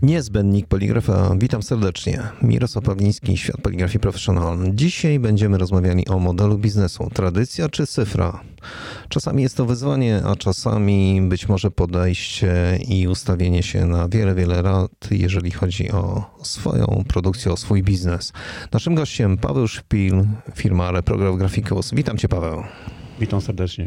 Niezbędnik Poligrafa. Witam serdecznie. Mirosław Pawliński, Świat Poligrafii Professional. Dzisiaj będziemy rozmawiali o modelu biznesu. Tradycja czy cyfra? Czasami jest to wyzwanie, a czasami być może podejście i ustawienie się na wiele, wiele lat, jeżeli chodzi o swoją produkcję, o swój biznes. Naszym gościem Paweł Szpil, firma Reprograph Graphicus. Witam Cię, Paweł. Witam serdecznie.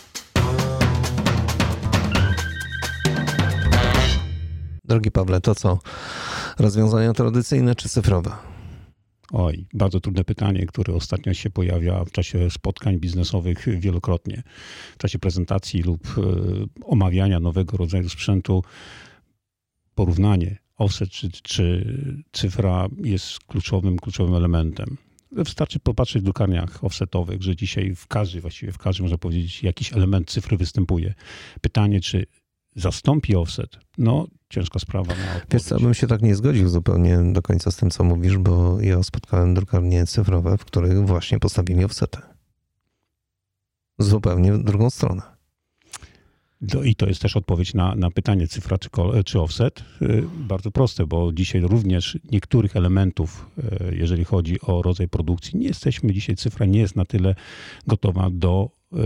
Drogi Pawle, to co? Rozwiązania tradycyjne czy cyfrowe? Oj, bardzo trudne pytanie, które ostatnio się pojawia w czasie spotkań biznesowych wielokrotnie. W czasie prezentacji lub omawiania nowego rodzaju sprzętu porównanie offset czy cyfra jest kluczowym elementem. Wystarczy popatrzeć w drukarniach offsetowych, że dzisiaj właściwie w każdym można powiedzieć, jakiś element cyfry występuje. Pytanie, czy zastąpi offset? No, ciężka sprawa na odpowiedź. Wiesz co, bym się tak nie zgodził zupełnie do końca z tym, co mówisz, bo ja spotkałem drukarnie cyfrowe, w których właśnie postawili offsety. Zupełnie w drugą stronę. I to jest też odpowiedź na pytanie cyfra czy offset. Bardzo proste, bo dzisiaj również niektórych elementów, jeżeli chodzi o rodzaj produkcji, cyfra nie jest na tyle gotowa do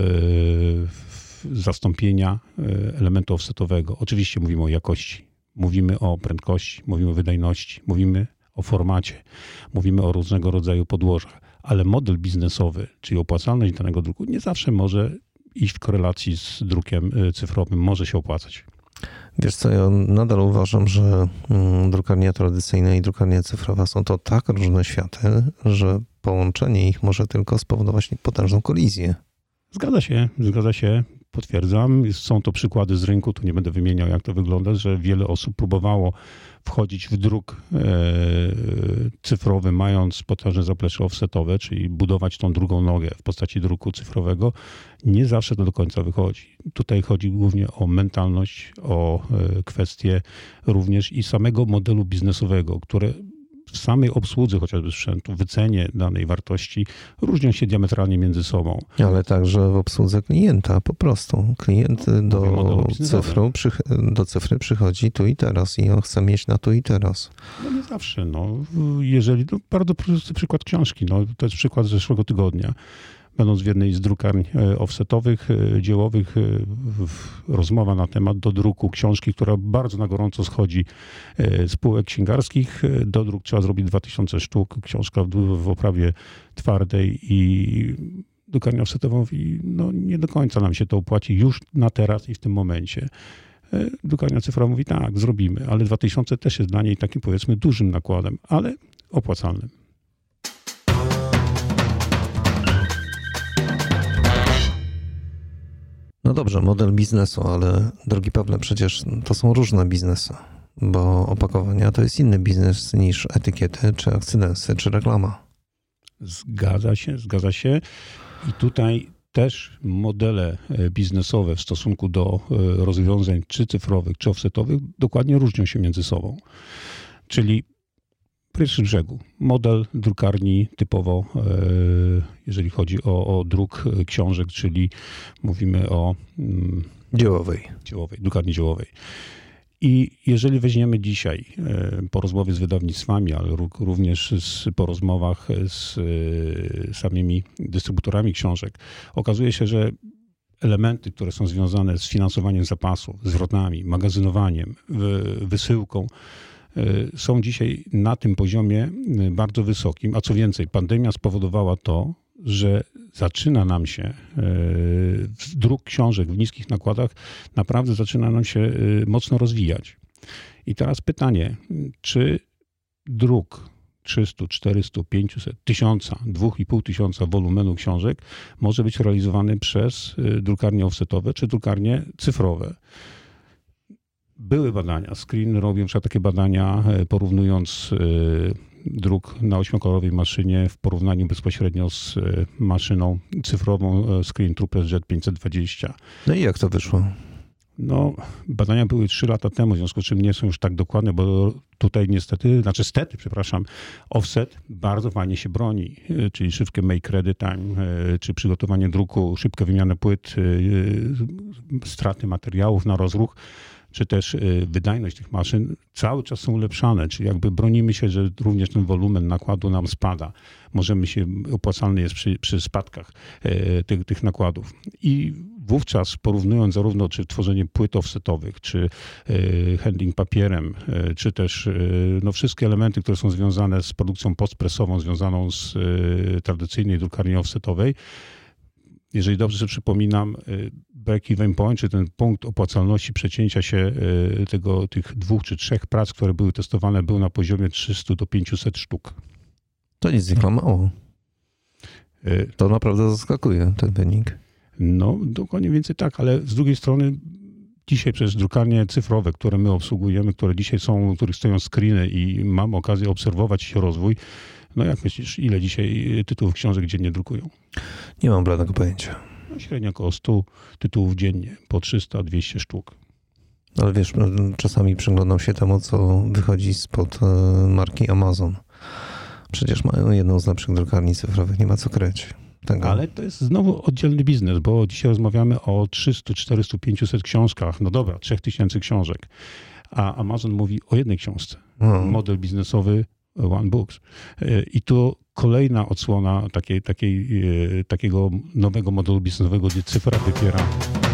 zastąpienia elementu offsetowego. Oczywiście mówimy o jakości, mówimy o prędkości, mówimy o wydajności, mówimy o formacie, mówimy o różnego rodzaju podłożach, ale model biznesowy, czyli opłacalność danego druku, nie zawsze może iść w korelacji z drukiem cyfrowym, może się opłacać. Wiesz co, ja nadal uważam, że drukarnia tradycyjna i drukarnia cyfrowa są to tak różne światy, że połączenie ich może tylko spowodować potężną kolizję. Zgadza się. Potwierdzam. Są to przykłady z rynku, tu nie będę wymieniał, jak to wygląda, że wiele osób próbowało wchodzić w druk cyfrowy, mając potężne zaplecze offsetowe, czyli budować tą drugą nogę w postaci druku cyfrowego. Nie zawsze to do końca wychodzi. Tutaj chodzi głównie o mentalność, o kwestie również i samego modelu biznesowego, które w samej obsłudze chociażby sprzętu, wycenie danej wartości różnią się diametralnie między sobą. Ale także w obsłudze klienta po prostu. Klient do cyfry przychodzi tu i teraz i on chce mieć na tu i teraz. No nie zawsze. Bardzo prosty przykład książki. To jest przykład z zeszłego tygodnia. Będąc w jednej z drukarni offsetowych, dziełowych, rozmowa na temat dodruku książki, która bardzo na gorąco schodzi z półek księgarskich. Dodruk trzeba zrobić 2000 sztuk. Książka w oprawie twardej i drukarnia offsetowa mówi, nie do końca nam się to opłaci już na teraz i w tym momencie. Drukarnia cyfrowa mówi, tak, zrobimy, ale 2000 też jest dla niej takim, powiedzmy, dużym nakładem, ale opłacalnym. No dobrze, model biznesu, ale drogi Pawle, przecież to są różne biznesy, bo opakowania to jest inny biznes niż etykiety, czy akcydensy, czy reklama. Zgadza się. I tutaj też modele biznesowe w stosunku do rozwiązań czy cyfrowych, czy offsetowych dokładnie różnią się między sobą. Czyli pierwszy brzegu. Model drukarni typowo, jeżeli chodzi o druk książek, czyli mówimy o drukarni dziełowej. I jeżeli weźmiemy dzisiaj po rozmowie z wydawnictwami, ale również po rozmowach z samymi dystrybutorami książek, okazuje się, że elementy, które są związane z finansowaniem zapasów, zwrotami, magazynowaniem, wysyłką, są dzisiaj na tym poziomie bardzo wysokim, a co więcej, pandemia spowodowała to, że zaczyna nam się druk książek w niskich nakładach, naprawdę zaczyna nam się mocno rozwijać. I teraz pytanie, czy druk 300, 400, 500, 1000, 2500 wolumenu książek może być realizowany przez drukarnie offsetowe czy drukarnie cyfrowe? Były badania. Screen robił takie badania, porównując druk na 8-kolorowej maszynie w porównaniu bezpośrednio z maszyną cyfrową Screen TruePress 520. No i jak to wyszło? Badania były 3 lata temu, w związku z czym nie są już tak dokładne, bo tutaj stety, offset bardzo fajnie się broni, czyli szybkie make ready time, czy przygotowanie druku, szybka wymiana płyt, straty materiałów na rozruch. czy też wydajność tych maszyn cały czas są ulepszane, czyli jakby bronimy się, że również ten wolumen nakładu nam spada. Opłacalny jest przy spadkach tych nakładów. I wówczas porównując zarówno czy tworzenie płyt offsetowych, czy handling papierem, czy też wszystkie elementy, które są związane z produkcją postpresową, związaną z tradycyjnej drukarni offsetowej, jeżeli dobrze sobie przypominam, break-even point, czy ten punkt opłacalności przecięcia się tych 2 czy 3 prac, które były testowane, był na poziomie 300 do 500 sztuk. To niezwykle mało. To naprawdę zaskakuje ten wynik. No, dokładnie więcej tak, ale z drugiej strony dzisiaj przez drukarnie cyfrowe, które my obsługujemy, w których stoją screeny i mam okazję obserwować ich rozwój, no jak myślisz, ile dzisiaj tytułów książek dziennie drukują? Nie mam bladego pojęcia. No, średnio około 100 tytułów dziennie, po 300-200 sztuk. Ale wiesz, czasami przyglądam się temu, co wychodzi spod marki Amazon. Przecież mają jedną z lepszych drukarni cyfrowych, nie ma co kryć. Tego. Ale to jest znowu oddzielny biznes, bo dzisiaj rozmawiamy o 300, 400, 500 książkach. No dobra, 3000 książek. A Amazon mówi o jednej książce. Model biznesowy One Books. I to kolejna odsłona takiego nowego modelu biznesowego, gdzie cyfra wypiera.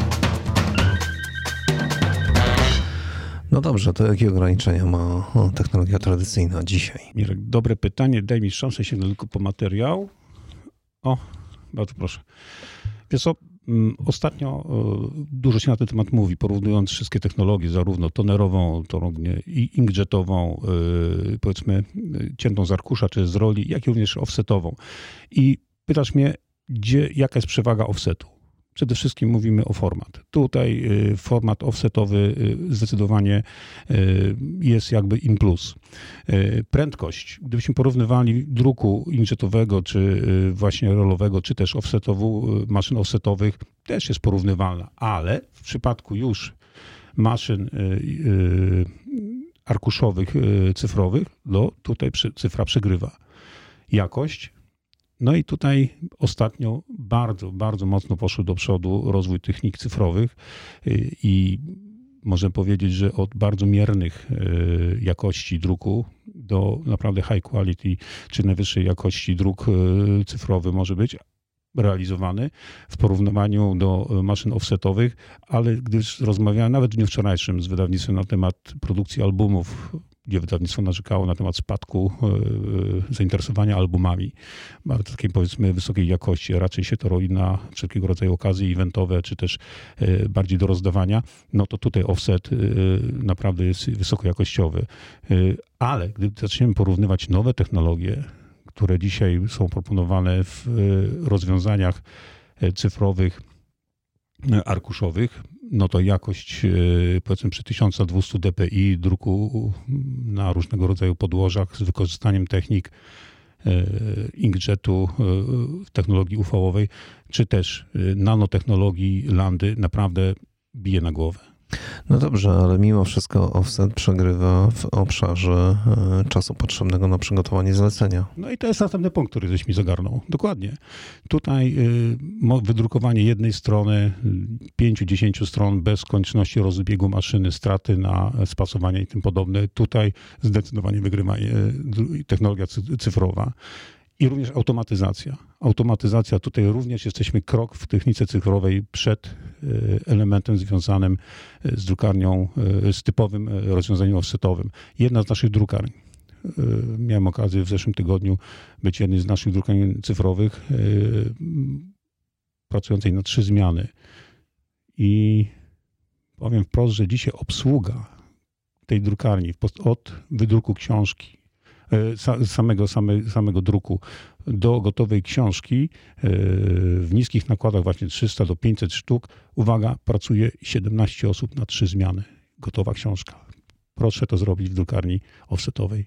No dobrze, to jakie ograniczenia ma technologia tradycyjna dzisiaj? Mirek, dobre pytanie. Daj mi szansę sięgnąć tylko po materiał. O, bardzo proszę. Wiesz co, ostatnio dużo się na ten temat mówi, porównując wszystkie technologie, zarówno tonerową, i inkjetową, powiedzmy ciętą z arkusza czy z roli, jak i również offsetową. I pytasz mnie, jaka jest przewaga offsetu? Przede wszystkim mówimy o format. Tutaj format offsetowy zdecydowanie jest jakby in plus. Prędkość, gdybyśmy porównywali druku inkjetowego, czy właśnie rolowego, czy też maszyn offsetowych, też jest porównywalna, ale w przypadku już maszyn arkuszowych, cyfrowych, tutaj cyfra przegrywa. Jakość. No i tutaj ostatnio bardzo, bardzo mocno poszły do przodu rozwój technik cyfrowych i można powiedzieć, że od bardzo miernych jakości druku do naprawdę high quality, czy najwyższej jakości druk cyfrowy może być realizowany w porównaniu do maszyn offsetowych, ale gdyż rozmawiałem nawet w dniu wczorajszym z wydawnictwem na temat produkcji albumów, gdzie wydawnictwo narzekało na temat spadku zainteresowania albumami. Bardzo takiej, powiedzmy, wysokiej jakości. Raczej się to robi na wszelkiego rodzaju okazje eventowe, czy też bardziej do rozdawania. No to tutaj offset naprawdę jest wysokojakościowy. Ale gdy zaczniemy porównywać nowe technologie, które dzisiaj są proponowane w rozwiązaniach cyfrowych, arkuszowych, no to jakość, powiedzmy, przy 1200 dpi druku na różnego rodzaju podłożach z wykorzystaniem technik inkjetu, technologii UV-owej, czy też nanotechnologii landy naprawdę bije na głowę. No dobrze, ale mimo wszystko offset przegrywa w obszarze czasu potrzebnego na przygotowanie zlecenia. No i to jest następny punkt, który żeś mi zagarnął. Dokładnie. Tutaj wydrukowanie jednej strony, 5-10 stron bez konieczności rozbiegu maszyny, straty na spasowanie i tym podobne. Tutaj zdecydowanie wygrywa technologia cyfrowa. I również automatyzacja. Automatyzacja, tutaj również jesteśmy krok w technice cyfrowej przed elementem związanym z drukarnią, z typowym rozwiązaniem offsetowym. Jedna z naszych drukarni, miałem okazję w zeszłym tygodniu być jednej z naszych drukarni cyfrowych, pracującej na 3 zmiany. I powiem wprost, że dzisiaj obsługa tej drukarni od wydruku książki, samego druku do gotowej książki w niskich nakładach właśnie 300 do 500 sztuk. Uwaga, pracuje 17 osób na 3 zmiany. Gotowa książka. Proszę to zrobić w drukarni offsetowej.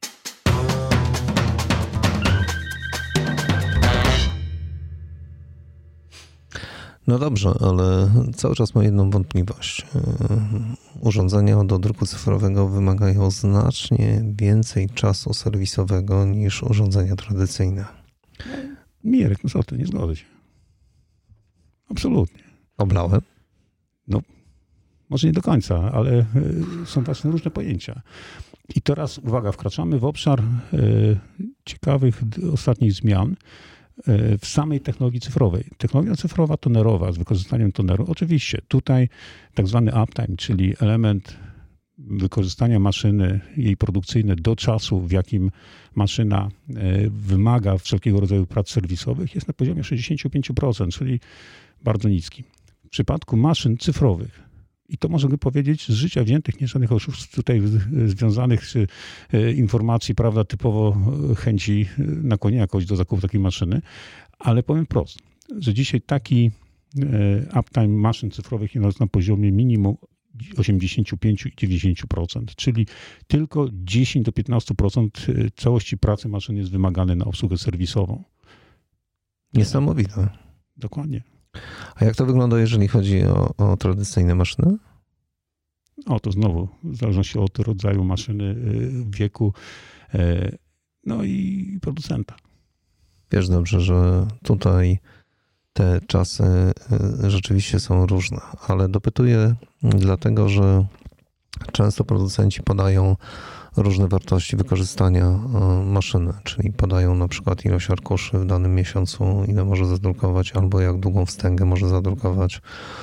No dobrze, ale cały czas mam jedną wątpliwość. Urządzenia do druku cyfrowego wymagają znacznie więcej czasu serwisowego niż urządzenia tradycyjne. Mirek, no co ty, nie zgodzę się. Absolutnie. Oblałem? No, Może nie do końca, ale są właśnie różne pojęcia. I teraz, uwaga, wkraczamy w obszar ciekawych ostatnich zmian w samej technologii cyfrowej. Technologia cyfrowa tonerowa z wykorzystaniem toneru. Oczywiście tutaj tak zwany uptime, czyli element wykorzystania maszyny, jej produkcyjne do czasu, w jakim maszyna wymaga wszelkiego rodzaju prac serwisowych, jest na poziomie 65%, czyli bardzo niski. W przypadku maszyn cyfrowych, i to możemy powiedzieć z życia wziętych, nie żadnych oszustw tutaj związanych z informacji, prawda, typowo chęci nakłonienia kogoś do zakupu takiej maszyny, ale powiem wprost, że dzisiaj taki uptime maszyn cyfrowych jest na poziomie minimum 85 i 90%, czyli tylko 10 do 15% całości pracy maszyn jest wymagane na obsługę serwisową. Niesamowite. Dokładnie. A jak to wygląda, jeżeli chodzi o tradycyjne maszyny? To znowu, w zależności od rodzaju maszyny, wieku, no i producenta. Wiesz dobrze, że tutaj te czasy rzeczywiście są różne, ale dopytuję dlatego, że często producenci podają różne wartości wykorzystania maszyny, czyli podają na przykład ilość arkuszy w danym miesiącu, ile może zadrukować, albo jak długą wstęgę może zadrukować.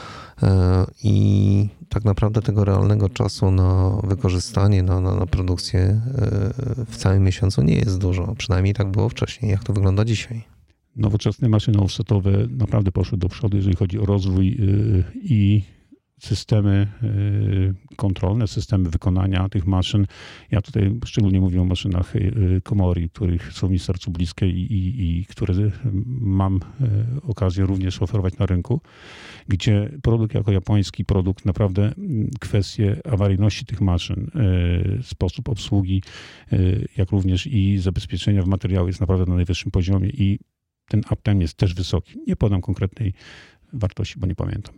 I tak naprawdę tego realnego czasu na wykorzystanie, na produkcję w całym miesiącu nie jest dużo. Przynajmniej tak było wcześniej. Jak to wygląda dzisiaj? Nowoczesne maszyny offsetowe naprawdę poszły do przodu, jeżeli chodzi o rozwój i systemy kontrolne, systemy wykonania tych maszyn. Ja tutaj szczególnie mówię o maszynach Komori, których są mi sercu bliskie i które mam okazję również oferować na rynku, gdzie produkt jako japoński produkt, naprawdę kwestie awaryjności tych maszyn, sposób obsługi, jak również i zabezpieczenia w materiału jest naprawdę na najwyższym poziomie i ten uptime jest też wysoki. Nie podam konkretnej wartości, bo nie pamiętam.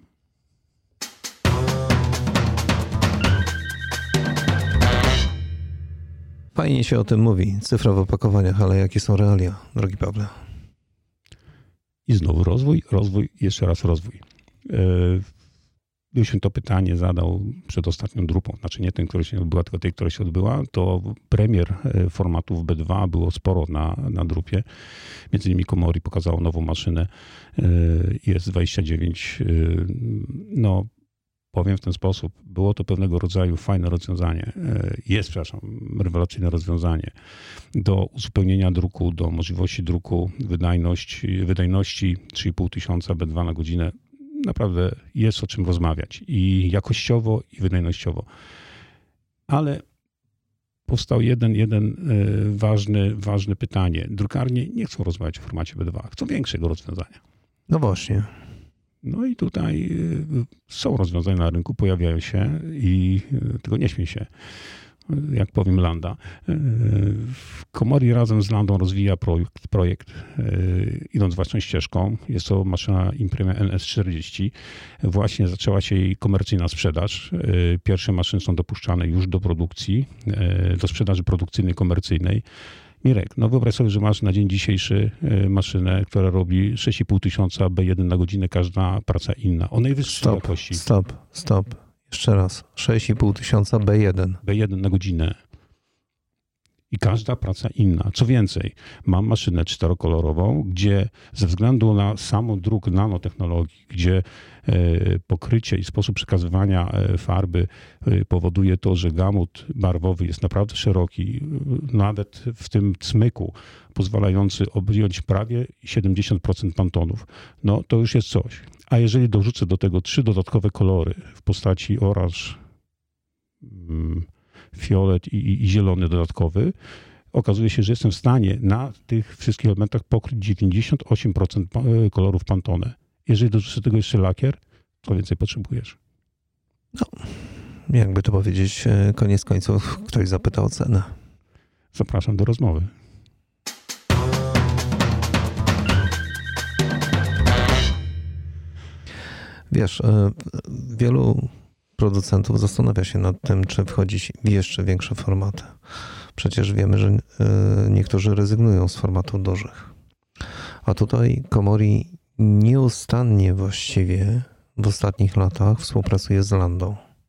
Fajnie się o tym mówi, cyfra w opakowaniach, ale jakie są realia, drogi Pawle? I znowu rozwój, jeszcze raz rozwój. Gdybyś to pytanie zadał przed ostatnią drupą, znaczy nie ten, który się odbyła, tylko tej, która się odbyła, to premier formatów B2 było sporo na drupie. Między innymi Komori pokazało nową maszynę, jest 29. No, powiem w ten sposób, było to pewnego rodzaju fajne rozwiązanie, rewelacyjne rozwiązanie do uzupełnienia druku, do możliwości druku, wydajności 3,5 tysiąca B2 na godzinę. Naprawdę jest o czym rozmawiać i jakościowo, i wydajnościowo. Ale powstał jeden ważne pytanie. Drukarnie nie chcą rozmawiać w formacie B2, chcą większego rozwiązania. No właśnie. No i tutaj są rozwiązania na rynku, pojawiają się i tego nie śmiej się, jak powiem Landa. Komori razem z Landą rozwija projekt idąc własną ścieżką. Jest to maszyna Imprema NS40. Właśnie zaczęła się jej komercyjna sprzedaż. Pierwsze maszyny są dopuszczane już do produkcji, do sprzedaży produkcyjnej, komercyjnej. Mirek, no wyobraź sobie, że masz na dzień dzisiejszy maszynę, która robi 6,5 tysiąca B1 na godzinę, każda praca inna, o najwyższej jakości. Stop. Jeszcze raz. 6,5 tysiąca B1. B1 na godzinę. I każda praca inna. Co więcej, mam maszynę czterokolorową, gdzie ze względu na samą druk nanotechnologii, gdzie pokrycie i sposób przekazywania farby powoduje to, że gamut barwowy jest naprawdę szeroki, nawet w tym cmyku pozwalający objąć prawie 70% pantonów, no to już jest coś. A jeżeli dorzucę do tego 3 dodatkowe kolory w postaci oranż, fiolet i zielony dodatkowy, okazuje się, że jestem w stanie na tych wszystkich elementach pokryć 98% kolorów Pantone. Jeżeli dorzucę do tego jeszcze lakier, to więcej potrzebujesz. No, jakby to powiedzieć, koniec końców ktoś zapyta o cenę. Zapraszam do rozmowy. Wiesz, wielu producentów zastanawia się nad tym, czy wchodzić w jeszcze większe formaty. Przecież wiemy, że niektórzy rezygnują z formatów dużych. A tutaj Komori nieustannie właściwie w ostatnich latach współpracuje z Landą.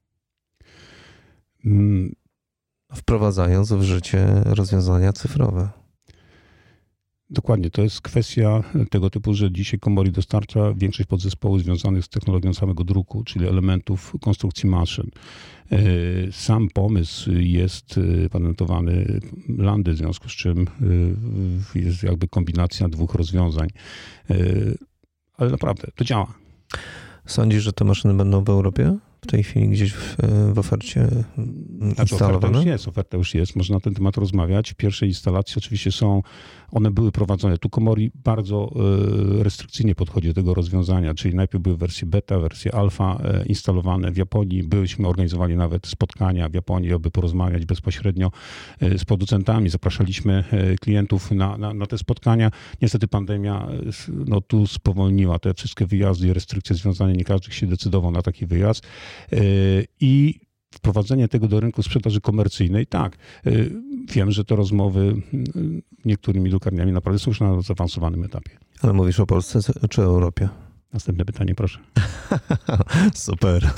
Wprowadzając w życie rozwiązania cyfrowe. Dokładnie, to jest kwestia tego typu, że dzisiaj Komori dostarcza większość podzespołów związanych z technologią samego druku, czyli elementów konstrukcji maszyn. Sam pomysł jest patentowany Landy, w związku z czym jest jakby kombinacja dwóch rozwiązań. Ale naprawdę, to działa. Sądzisz, że te maszyny będą w Europie? W tej chwili gdzieś w ofercie instalowane? Oferta już jest, można na ten temat rozmawiać. Pierwsze instalacje oczywiście one były prowadzone. Tu Komori bardzo restrykcyjnie podchodzi do tego rozwiązania, czyli najpierw były wersje beta, wersje alfa instalowane w Japonii. Organizowali nawet spotkania w Japonii, aby porozmawiać bezpośrednio z producentami. Zapraszaliśmy klientów na te spotkania. Niestety pandemia tu spowolniła te wszystkie wyjazdy i restrykcje związane. Nie każdy się decydował na taki wyjazd. I wprowadzenie tego do rynku sprzedaży komercyjnej, tak, wiem, że te rozmowy niektórymi drukarniami naprawdę są już na zaawansowanym etapie. Ale mówisz o Polsce czy Europie? Następne pytanie, proszę. Super.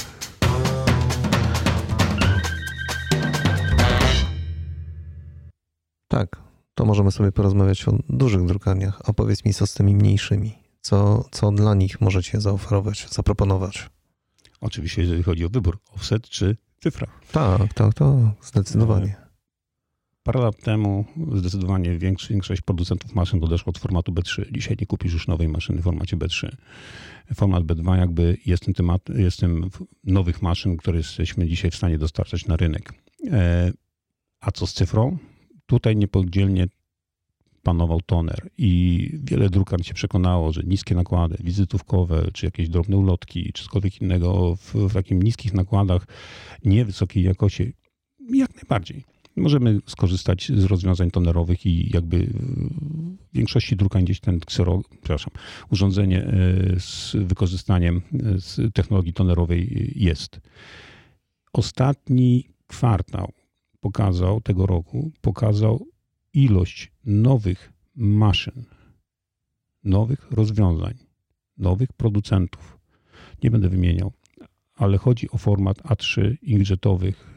Tak, to możemy sobie porozmawiać o dużych drukarniach. Opowiedz mi, co z tymi mniejszymi. Co dla nich możecie zaoferować, zaproponować? Oczywiście, jeżeli chodzi o wybór, offset czy cyfra. Tak, zdecydowanie. Parę lat temu zdecydowanie większość producentów maszyn odeszła od formatu B3. Dzisiaj nie kupisz już nowej maszyny w formacie B3. Format B2 jakby jest tym nowych maszyn, które jesteśmy dzisiaj w stanie dostarczać na rynek. A co z cyfrą? Tutaj niepodzielnie panował toner i wiele drukarni się przekonało, że niskie nakłady wizytówkowe, czy jakieś drobne ulotki, czy cokolwiek innego w takich niskich nakładach, niewysokiej jakości, jak najbardziej. Możemy skorzystać z rozwiązań tonerowych i jakby w większości drukarni gdzieś urządzenie z wykorzystaniem technologii tonerowej jest. Ostatni kwartał tego roku pokazał ilość nowych maszyn, nowych rozwiązań, nowych producentów. Nie będę wymieniał, ale chodzi o format A3 inkjetowych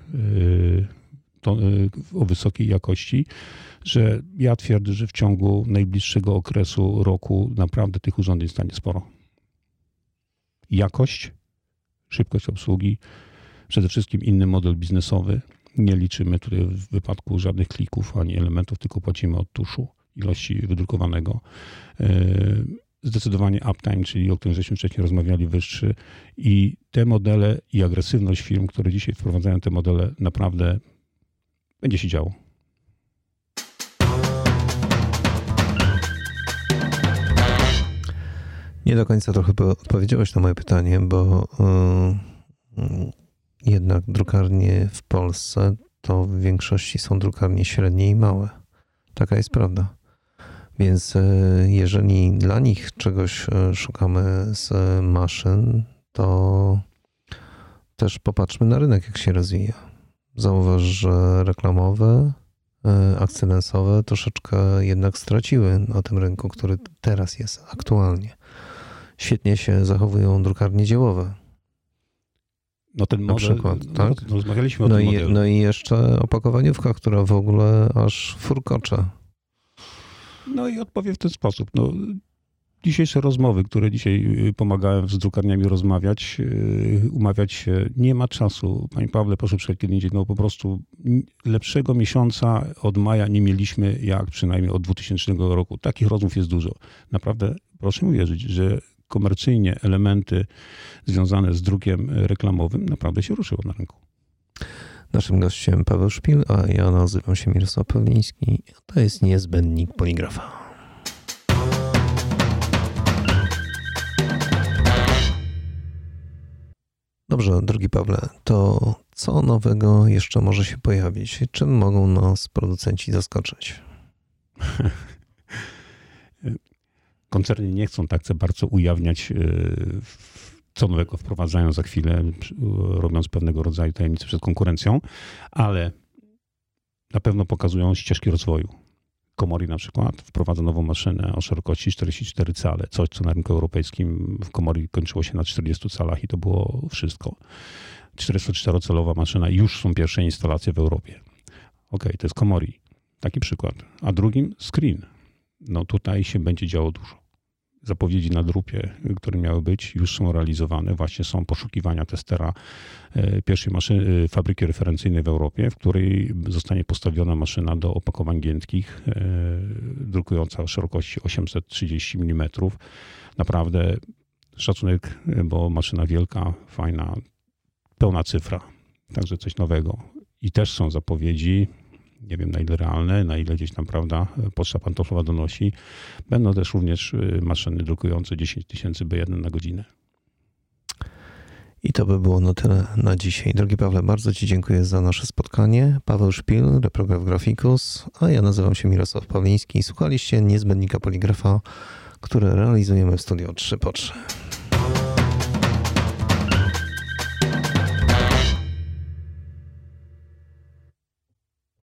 o wysokiej jakości, że ja twierdzę, że w ciągu najbliższego okresu roku naprawdę tych urządzeń stanie sporo. Jakość, szybkość obsługi, przede wszystkim inny model biznesowy. Nie liczymy tutaj w wypadku żadnych klików ani elementów, tylko płacimy od tuszu ilości wydrukowanego. Zdecydowanie uptime, czyli o którym żeśmy wcześniej rozmawiali, wyższy i te modele i agresywność firm, które dzisiaj wprowadzają te modele, naprawdę będzie się działo. Nie do końca trochę odpowiedziałeś na moje pytanie, bo jednak drukarnie w Polsce to w większości są drukarnie średnie i małe. Taka jest prawda. Więc jeżeli dla nich czegoś szukamy z maszyn, to też popatrzmy na rynek, jak się rozwija. Zauważ, że reklamowe, akcydensowe troszeczkę jednak straciły na tym rynku, który teraz jest aktualnie. Świetnie się zachowują drukarnie dziełowe. No ten model, na przykład, tak? Rozmawialiśmy o tym modelu. No i jeszcze opakowaniówka, która w ogóle aż furkocze. No i odpowiem w ten sposób. Dzisiejsze rozmowy, które dzisiaj pomagałem z drukarniami rozmawiać, umawiać się, nie ma czasu. Panie Pawle, proszę przyjechać kiedy indziej. Po prostu lepszego miesiąca od maja nie mieliśmy, jak przynajmniej od 2000 roku. Takich rozmów jest dużo. Naprawdę proszę mi wierzyć, że komercyjnie elementy związane z drukiem reklamowym naprawdę się ruszyło na rynku. Naszym gościem Paweł Szpil, a ja nazywam się Mirosław Pawliński. To jest niezbędnik poligrafa. Dobrze, drogi Pawle, to co nowego jeszcze może się pojawić? Czym mogą nas producenci zaskoczyć? Koncerny nie chcą tak bardzo ujawniać, co nowego wprowadzają za chwilę, robiąc pewnego rodzaju tajemnice przed konkurencją, ale na pewno pokazują ścieżki rozwoju. Komori na przykład wprowadza nową maszynę o szerokości 44 cale, coś co na rynku europejskim w Komori kończyło się na 40 calach i to było wszystko. 44-calowa maszyna i już są pierwsze instalacje w Europie. Okej, to jest Komori. Taki przykład. A drugim Screen. No tutaj się będzie działo dużo. Zapowiedzi na drupie, które miały być, już są realizowane. Właśnie są poszukiwania testera pierwszej fabryki referencyjnej w Europie, w której zostanie postawiona maszyna do opakowań giętkich, drukująca o szerokości 830 mm. Naprawdę szacunek, bo maszyna wielka, fajna, pełna cyfra. Także coś nowego. I też są zapowiedzi, nie wiem na ile realne, na ile gdzieś tam, prawda, Poczta Pantoflowa donosi. Będą też również maszyny drukujące 10 000 B1 na godzinę. I to by było na tyle na dzisiaj. Drogi Pawle, bardzo Ci dziękuję za nasze spotkanie. Paweł Szpil, reprograf Graficus, a ja nazywam się Mirosław Pawliński. Słuchaliście Niezbędnika Poligrafa, który realizujemy w studio 3x3.